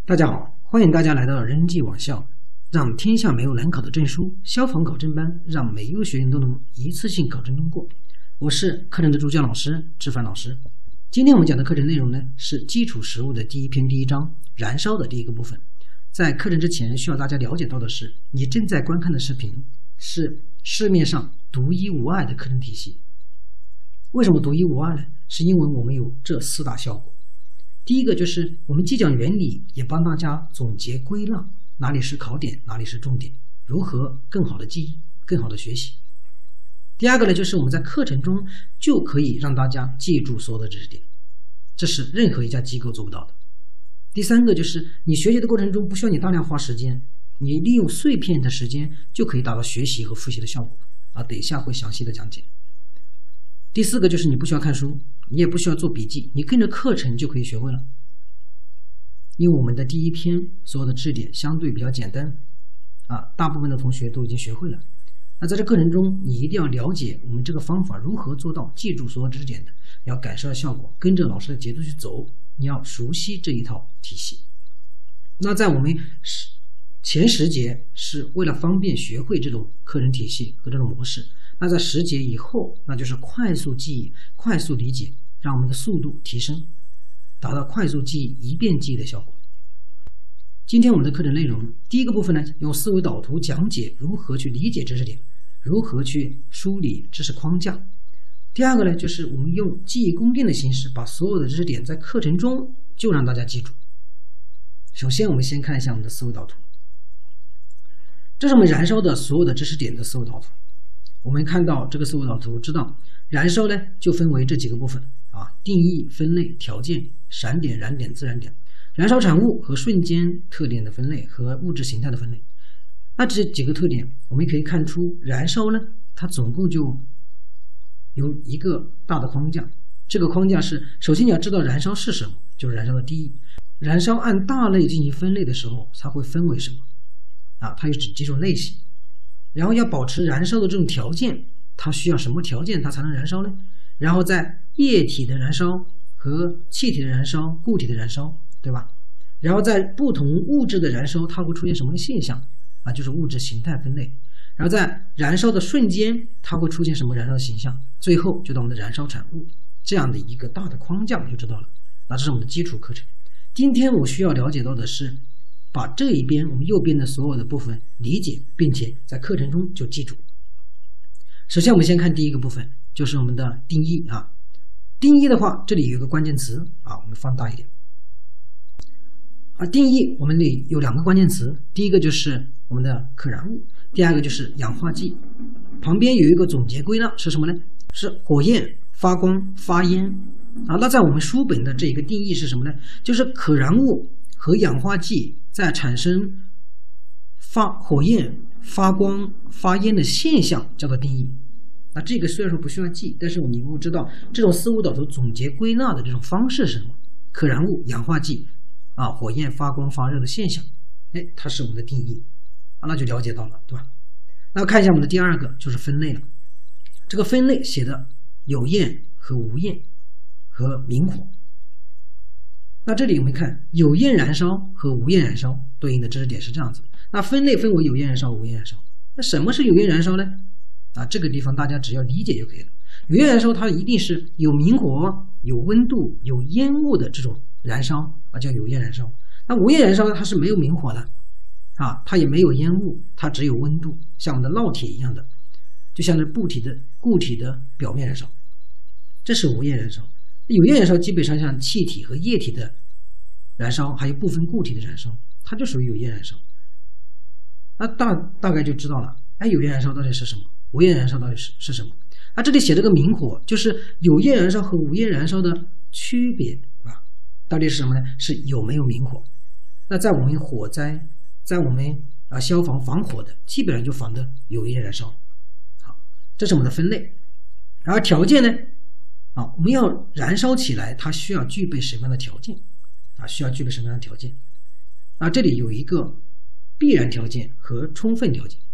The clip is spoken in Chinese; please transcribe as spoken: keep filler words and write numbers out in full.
大家好，欢迎大家来到人际网校，让天下没有难考的证书，消防考证班让每一个学员都能一次性考证通过。我是课程的主讲老师志凡老师。今天我们讲的课程内容呢，是基础实务的第一篇第一章，燃烧的第一个部分。在课程之前，需要大家了解到的是，你正在观看的视频是市面上独一无二的课程体系。为什么独一无二呢？是因为我们有这四大效果。第一个就是我们既讲原理，也帮大家总结归纳哪里是考点，哪里是重点，如何更好的记忆，更好的学习。第二个呢，就是我们在课程中就可以让大家记住所有的知识点，这是任何一家机构做不到的。第三个就是你学习的过程中不需要你大量花时间，你利用碎片的时间就可以达到学习和复习的效果啊，等一下会详细的讲解。第四个就是你不需要看书，你也不需要做笔记，你跟着课程就可以学会了。因为我们的第一篇所有的知识点相对比较简单啊，大部分的同学都已经学会了。那在这课程中，你一定要了解我们这个方法如何做到记住所有知识点的，你要感受到效果，跟着老师的节奏去走，你要熟悉这一套体系。那在我们前十节是为了方便学会这种课程体系和这种模式，那在十节以后，那就是快速记忆、快速理解，让我们的速度提升，达到快速记忆、一遍记忆的效果。今天我们的课程内容，第一个部分呢，用思维导图讲解如何去理解知识点，如何去梳理知识框架。第二个呢，就是我们用记忆宫殿的形式，把所有的知识点在课程中就让大家记住。首先，我们先看一下我们的思维导图，这是我们燃烧的所有的知识点的思维导图。我们看到这个思维导图，知道燃烧呢就分为这几个部分啊：定义、分类、条件、闪点、燃点、自燃点。燃烧产物和瞬间特点的分类和物质形态的分类。那这几个特点，我们可以看出，燃烧呢，它总共就有一个大的框架。这个框架是，首先你要知道燃烧是什么，就是燃烧的定义。燃烧按大类进行分类的时候，它会分为什么？啊，它有几种类型。然后要保持燃烧的这种条件，它需要什么条件它才能燃烧呢？然后在液体的燃烧和气体的燃烧、固体的燃烧，对吧？然后在不同物质的燃烧，它会出现什么现象啊？就是物质形态分类。然后在燃烧的瞬间，它会出现什么燃烧的形象？最后就到我们的燃烧产物，这样的一个大的框架，我们就知道了。那这是我们的基础课程。今天我需要了解到的是，把这一边我们右边的所有的部分理解，并且在课程中就记住。首先我们先看第一个部分，就是我们的定义啊。定义的话，这里有一个关键词啊，我们放大一点。啊，定义我们里有两个关键词，第一个就是我们的可燃物，第二个就是氧化剂。旁边有一个总结归纳是什么呢？是火焰、发光、发烟啊。那在我们书本的这一个定义是什么呢？就是可燃物和氧化剂在产生发火焰、发光、发烟的现象叫做定义。那这个虽然说不需要记，但是你能够知道这种思维导图总结归纳的这种方式是什么？可燃物、氧化剂啊，火焰、发光、发热的现象，哎，它是我们的定义啊，那就了解到了，对吧？那看一下我们的第二个就是分类了。这个分类写的有焰和无焰和明火。那这里我们看有焰燃烧和无焰燃烧对应的知识点是这样子。那分类分为有焰燃烧、无焰燃烧。那什么是有焰燃烧呢？啊，这个地方大家只要理解就可以了。有焰燃烧它一定是有明火、有温度、有烟雾的这种燃烧啊，叫有焰燃烧。那无焰燃烧它是没有明火的啊，它也没有烟雾，它只有温度，像我们的烙铁一样的，就像是固体的固体的表面燃烧，这是无焰燃烧。有焰燃烧基本上像气体和液体的燃烧，还有部分固体的燃烧，它就属于有焰燃烧。那大大概就知道了，哎，有焰燃烧到底是什么？无焰燃烧到底是是什么？啊，这里写了个明火，就是有焰燃烧和无焰燃烧的区别，对吧？到底是什么呢？是有没有明火？那在我们火灾，在我们啊消防防火的，基本上就防的有焰燃烧。好，这是我们的分类。然后条件呢？啊，我们要燃烧起来，它需要具备什么样的条件？啊，需要具备什么样的条件？啊，这里有一个必然条件和充分条件。